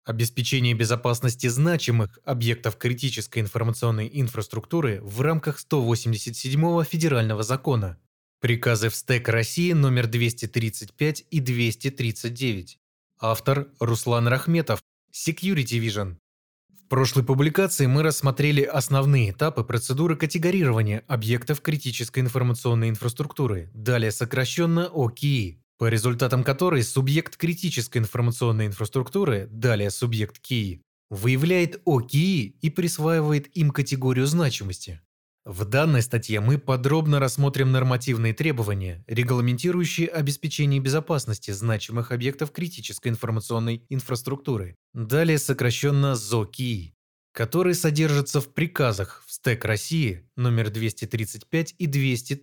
Обеспечение безопасности значимых объектов критической информационной инфраструктуры в рамках 187-го федерального закона. Приказы в СТЭК России номер 235 и 239. Автор Руслан Рахметов, Security Vision. В прошлой публикации мы рассмотрели основные этапы процедуры категорирования объектов критической информационной инфраструктуры, далее сокращенно ОКИИ, по результатам которой субъект критической информационной инфраструктуры, далее субъект КИИ, выявляет ОКИИ и присваивает им категорию значимости. В данной статье мы подробно рассмотрим нормативные требования, регламентирующие обеспечение безопасности значимых объектов критической информационной инфраструктуры, далее сокращенно ЗОКИИ, которые содержатся в приказах в СТЭК России номер 235 и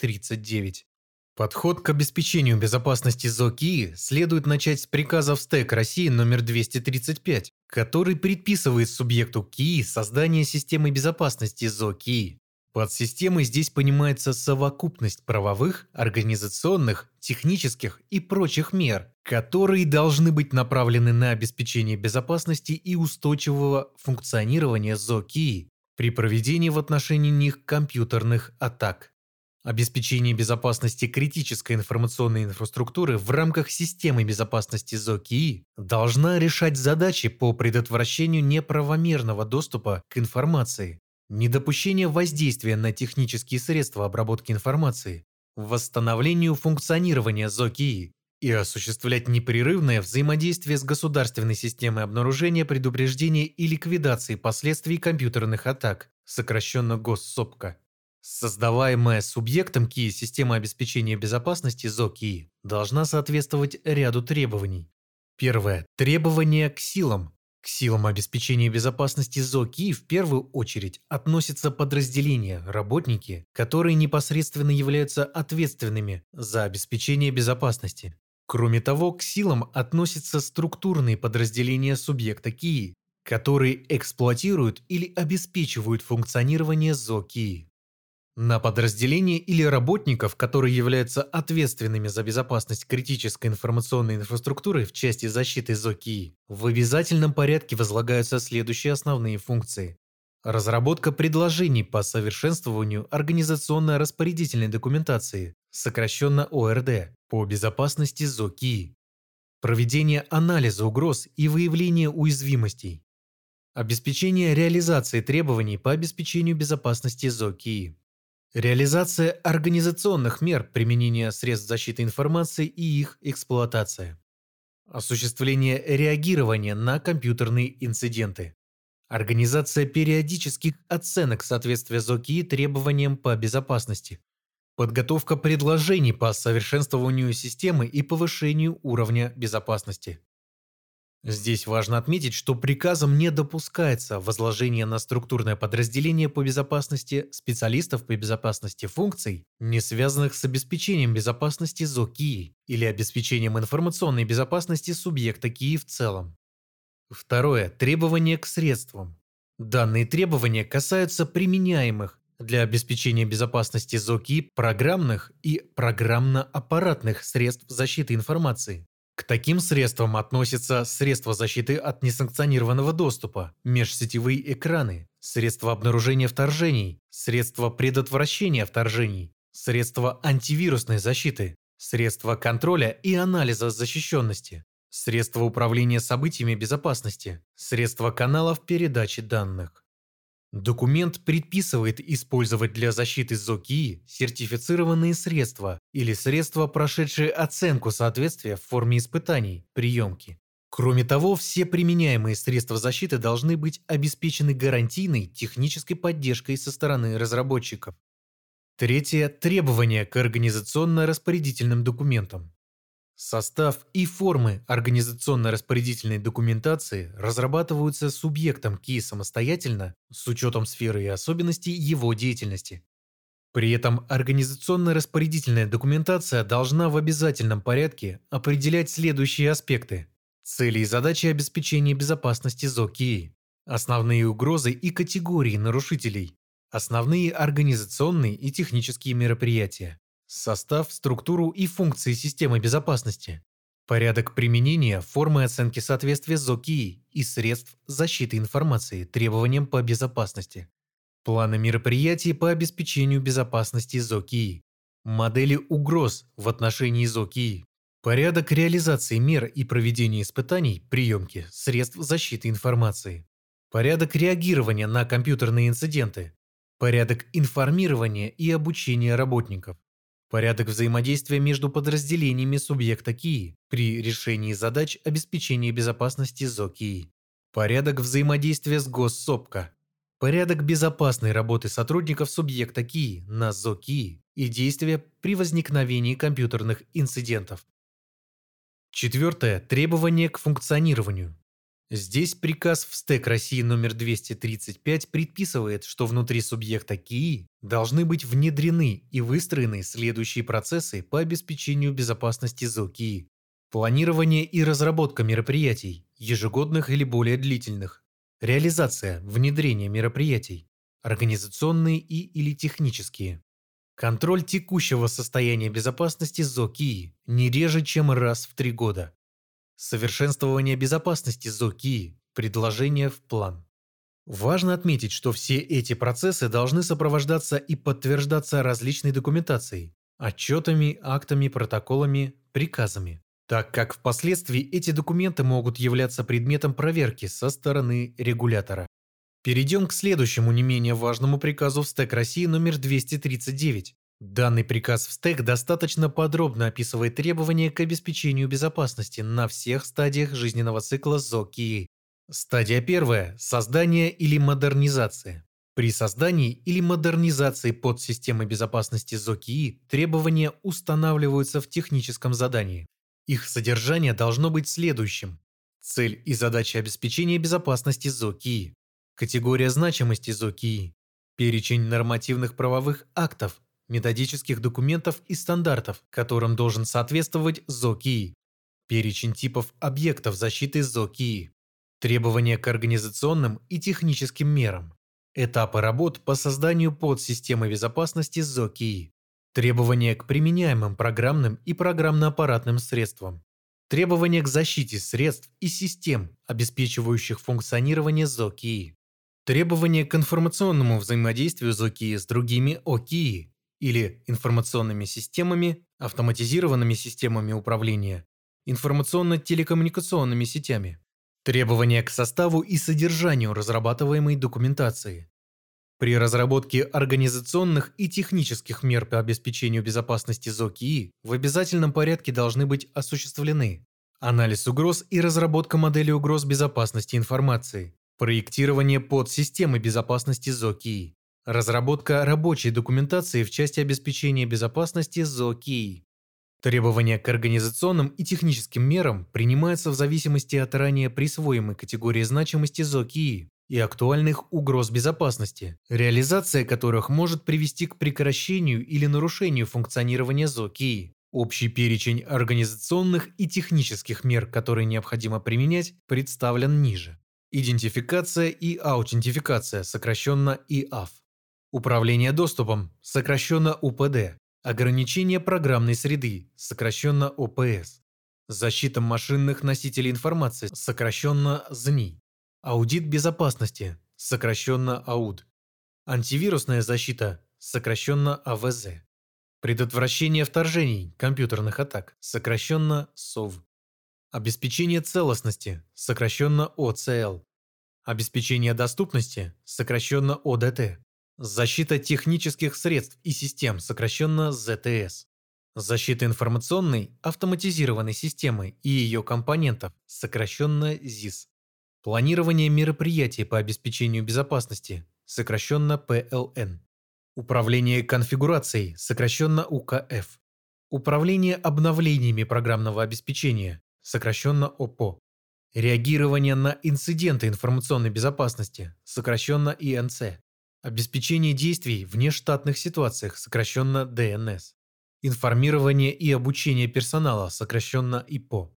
239. Подход к обеспечению безопасности ЗОКИИ следует начать с приказа в СТЭК России номер 235, который предписывает субъекту КИИ создание системы безопасности ЗОКИИ. Под системой здесь понимается совокупность правовых, организационных, технических и прочих мер, которые должны быть направлены на обеспечение безопасности и устойчивого функционирования ЗОКИИ при проведении в отношении них компьютерных атак. Обеспечение безопасности критической информационной инфраструктуры в рамках системы безопасности ЗОКИИ должна решать задачи по предотвращению неправомерного доступа к информации, недопущение воздействия на технические средства обработки информации, восстановлению функционирования ЗОКИИ и осуществлять непрерывное взаимодействие с государственной системой обнаружения, предупреждения и ликвидации последствий компьютерных атак, сокращенно ГОССОПКА. Создаваемая субъектом КИИ система обеспечения безопасности ЗОКИИ должна соответствовать ряду требований. Первое. Требования к силам. К силам обеспечения безопасности ЗОКИИ в первую очередь относятся подразделения, работники, которые непосредственно являются ответственными за обеспечение безопасности. Кроме того, к силам относятся структурные подразделения субъекта КИИ, которые эксплуатируют или обеспечивают функционирование ЗОКИИ. На подразделения или работников, которые являются ответственными за безопасность критической информационной инфраструктуры в части защиты ЗОКИИ, в обязательном порядке возлагаются следующие основные функции. Разработка предложений по совершенствованию организационно-распорядительной документации, сокращенно ОРД, по безопасности ЗОКИИ. Проведение анализа угроз и выявление уязвимостей. Обеспечение реализации требований по обеспечению безопасности ЗОКИИ. Реализация организационных мер применения средств защиты информации и их эксплуатация. Осуществление реагирования на компьютерные инциденты. Организация периодических оценок соответствия ЗОКИИ требованиям по безопасности. Подготовка предложений по совершенствованию системы и повышению уровня безопасности. Здесь важно отметить, что приказом не допускается возложение на структурное подразделение по безопасности специалистов по безопасности функций, не связанных с обеспечением безопасности ЗОКИИ или обеспечением информационной безопасности субъекта КИИ в целом. Второе. Требования к средствам. Данные требования касаются применяемых для обеспечения безопасности ЗОКИИ программных и программно-аппаратных средств защиты информации. К таким средствам относятся средства защиты от несанкционированного доступа, межсетевые экраны, средства обнаружения вторжений, средства предотвращения вторжений, средства антивирусной защиты, средства контроля и анализа защищенности, средства управления событиями безопасности, средства каналов передачи данных. Документ предписывает использовать для защиты ЗОКИИ сертифицированные средства или средства, прошедшие оценку соответствия в форме испытаний, приемки. Кроме того, все применяемые средства защиты должны быть обеспечены гарантийной технической поддержкой со стороны разработчиков. Третье. Требования к организационно-распорядительным документам. Состав и формы организационно-распорядительной документации разрабатываются субъектом КИИ самостоятельно с учетом сферы и особенностей его деятельности. При этом организационно-распорядительная документация должна в обязательном порядке определять следующие аспекты: цели и задачи обеспечения безопасности ЗОКИИ, основные угрозы и категории нарушителей, основные организационные и технические мероприятия, состав, структуру и функции системы безопасности, Порядок применения формы оценки соответствия ЗОКИ и средств защиты информации требованиям по безопасности. Планы мероприятий по обеспечению безопасности ЗОКИ. Модели угроз в отношении ЗОКИ. Порядок реализации мер и проведения испытаний приемки средств защиты информации. Порядок реагирования на компьютерные инциденты. Порядок информирования и обучения работников. Порядок взаимодействия между подразделениями субъекта КИИ при решении задач обеспечения безопасности ЗОКИ. Порядок взаимодействия с Госсопка. Порядок безопасной работы сотрудников субъекта КИИ на ЗОКИ и действия при возникновении компьютерных инцидентов. Четвертое. Требования к функционированию. Здесь приказ в СТЭК России номер 235 предписывает, что внутри субъекта КИИ должны быть внедрены и выстроены следующие процессы по обеспечению безопасности ЗОКИ. Планирование и разработка мероприятий, ежегодных или более длительных. Реализация, внедрение мероприятий, организационные или технические. Контроль текущего состояния безопасности ЗОКИ не реже, чем раз в 3 года. Совершенствование безопасности ЗОКИ. Предложение в план. Важно отметить, что все эти процессы должны сопровождаться и подтверждаться различной документацией, отчетами, актами, протоколами, приказами, так как впоследствии эти документы могут являться предметом проверки со стороны регулятора. Перейдем к следующему не менее важному приказу в СТЭК России номер 239. Данный приказ в СТЭК достаточно подробно описывает требования к обеспечению безопасности на всех стадиях жизненного цикла ЗОКИ. Стадия первая – создание или модернизация. При создании или модернизации подсистемы безопасности ЗОКИ требования устанавливаются в техническом задании. Их содержание должно быть следующим. Цель и задача обеспечения безопасности ЗОКИ. Категория значимости ЗОКИ. Перечень нормативных правовых актов, методических документов и стандартов, которым должен соответствовать ЗОКИ. Перечень типов объектов защиты ЗОКИ. Требования к организационным и техническим мерам. Этапы работ по созданию подсистемы безопасности ЗОКИ. Требования к применяемым программным и программно-аппаратным средствам. Требования к защите средств и систем, обеспечивающих функционирование ЗОКИ. Требования к информационному взаимодействию ЗОКИ с другими ОКИ или информационными системами, автоматизированными системами управления, информационно-телекоммуникационными сетями. Требования к составу и содержанию разрабатываемой документации. При разработке организационных и технических мер по обеспечению безопасности ЗОКИ в обязательном порядке должны быть осуществлены анализ угроз и разработка модели угроз безопасности информации, проектирование подсистемы безопасности ЗОКИ, разработка рабочей документации в части обеспечения безопасности ЗОКИ. Требования к организационным и техническим мерам принимаются в зависимости от ранее присвоимой категории значимости ЗОКИ и актуальных угроз безопасности, реализация которых может привести к прекращению или нарушению функционирования ЗОКИ. Общий перечень организационных и технических мер, которые необходимо применять, представлен ниже. Идентификация и аутентификация, сокращенно ИАФ. Управление доступом, сокращенно УПД. Ограничение программной среды, сокращенно ОПС. Защита машинных носителей информации, сокращенно ЗНИ. Аудит безопасности, сокращенно АУД. Антивирусная защита, сокращенно АВЗ. Предотвращение вторжений, компьютерных атак, сокращенно СОВ. Обеспечение целостности, сокращенно ОЦЛ. Обеспечение доступности, сокращенно ОДТ. Защита технических средств и систем, сокращенно ЗТС. Защита информационной автоматизированной системы и ее компонентов, сокращенно ЗИС. Планирование мероприятий по обеспечению безопасности, сокращенно ПЛН. Управление конфигурацией, сокращенно УКФ. Управление обновлениями программного обеспечения, сокращенно ОПО. Реагирование на инциденты информационной безопасности, сокращенно ИНЦ. Обеспечение действий в внештатных ситуациях, сокращенно ДНС. Информирование и обучение персонала, сокращенно ИПО.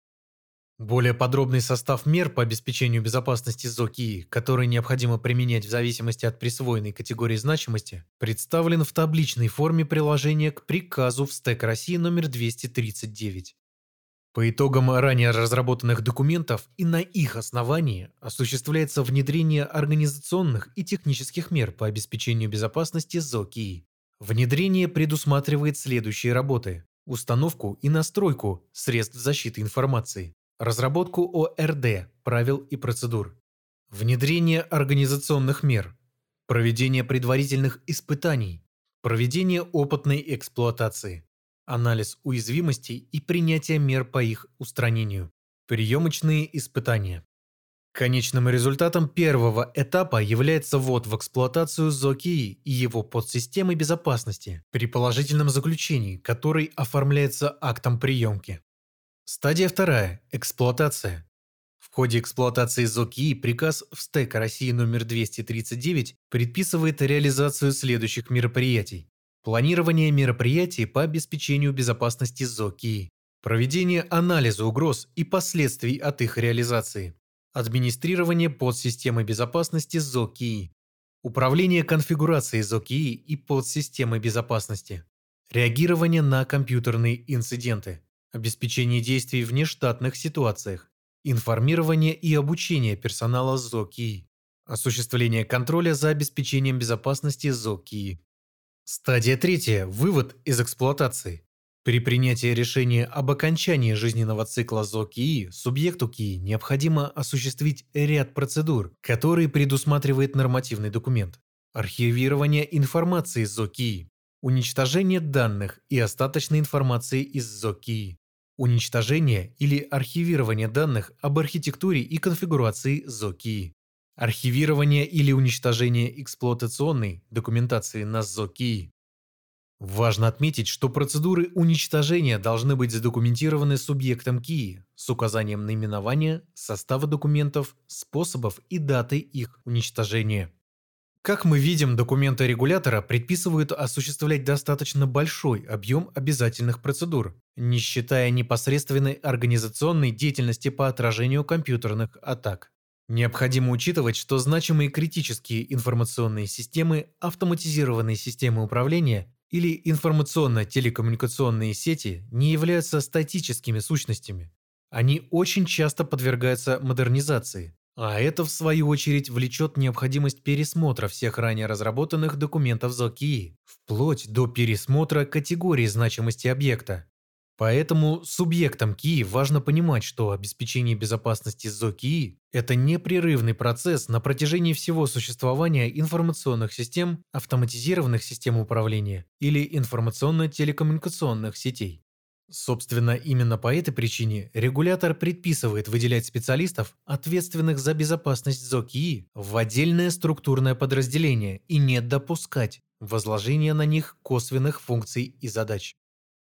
Более подробный состав мер по обеспечению безопасности ЗОКИ, которые необходимо применять в зависимости от присвоенной категории значимости, представлен в табличной форме приложения к приказу в СТЭК России номер 239. По итогам ранее разработанных документов и на их основании осуществляется внедрение организационных и технических мер по обеспечению безопасности ЗОКИ. Внедрение предусматривает следующие работы: установку и настройку средств защиты информации, разработку ОРД, правил и процедур, внедрение организационных мер, проведение предварительных испытаний, проведение опытной эксплуатации, анализ уязвимостей и принятие мер по их устранению, приемочные испытания. Конечным результатом первого этапа является ввод в эксплуатацию ЗОКИ и его подсистемы безопасности при положительном заключении, который оформляется актом приемки. Стадия вторая. Эксплуатация. В ходе эксплуатации ЗОКИ приказ в СТЭК России номер 239 предписывает реализацию следующих мероприятий. Планирование мероприятий по обеспечению безопасности ЗОКИ. Проведение анализа угроз и последствий от их реализации. Администрирование подсистемы безопасности ЗОКИ. Управление конфигурацией ЗОКИ и подсистемы безопасности. Реагирование на компьютерные инциденты. Обеспечение действий в нештатных ситуациях. Информирование и обучение персонала ЗОКИ. Осуществление контроля за обеспечением безопасности ЗОКИ. Стадия третья. Вывод из эксплуатации. При принятии решения об окончании жизненного цикла ЗОКИ субъекту КИ необходимо осуществить ряд процедур, которые предусматривает нормативный документ. Архивирование информации ЗОКИ. Уничтожение данных и остаточной информации из ЗОКИ. Уничтожение или архивирование данных об архитектуре и конфигурации ЗОКИ. Архивирование или уничтожение эксплуатационной документации на ЗОКИ. Важно отметить, что процедуры уничтожения должны быть задокументированы субъектом КИ с указанием наименования, состава документов, способов и даты их уничтожения. Как мы видим, документы регулятора предписывают осуществлять достаточно большой объем обязательных процедур, не считая непосредственной организационной деятельности по отражению компьютерных атак. Необходимо учитывать, что значимые критические информационные системы, автоматизированные системы управления или информационно-телекоммуникационные сети не являются статическими сущностями. Они очень часто подвергаются модернизации, а это в свою очередь влечет необходимость пересмотра всех ранее разработанных документов ЗОКИ, вплоть до пересмотра категории значимости объекта. Поэтому субъектам КИ важно понимать, что обеспечение безопасности ЗОКИ – это непрерывный процесс на протяжении всего существования информационных систем, автоматизированных систем управления или информационно-телекоммуникационных сетей. Собственно, именно по этой причине регулятор предписывает выделять специалистов, ответственных за безопасность ЗОКИ, в отдельное структурное подразделение и не допускать возложения на них косвенных функций и задач.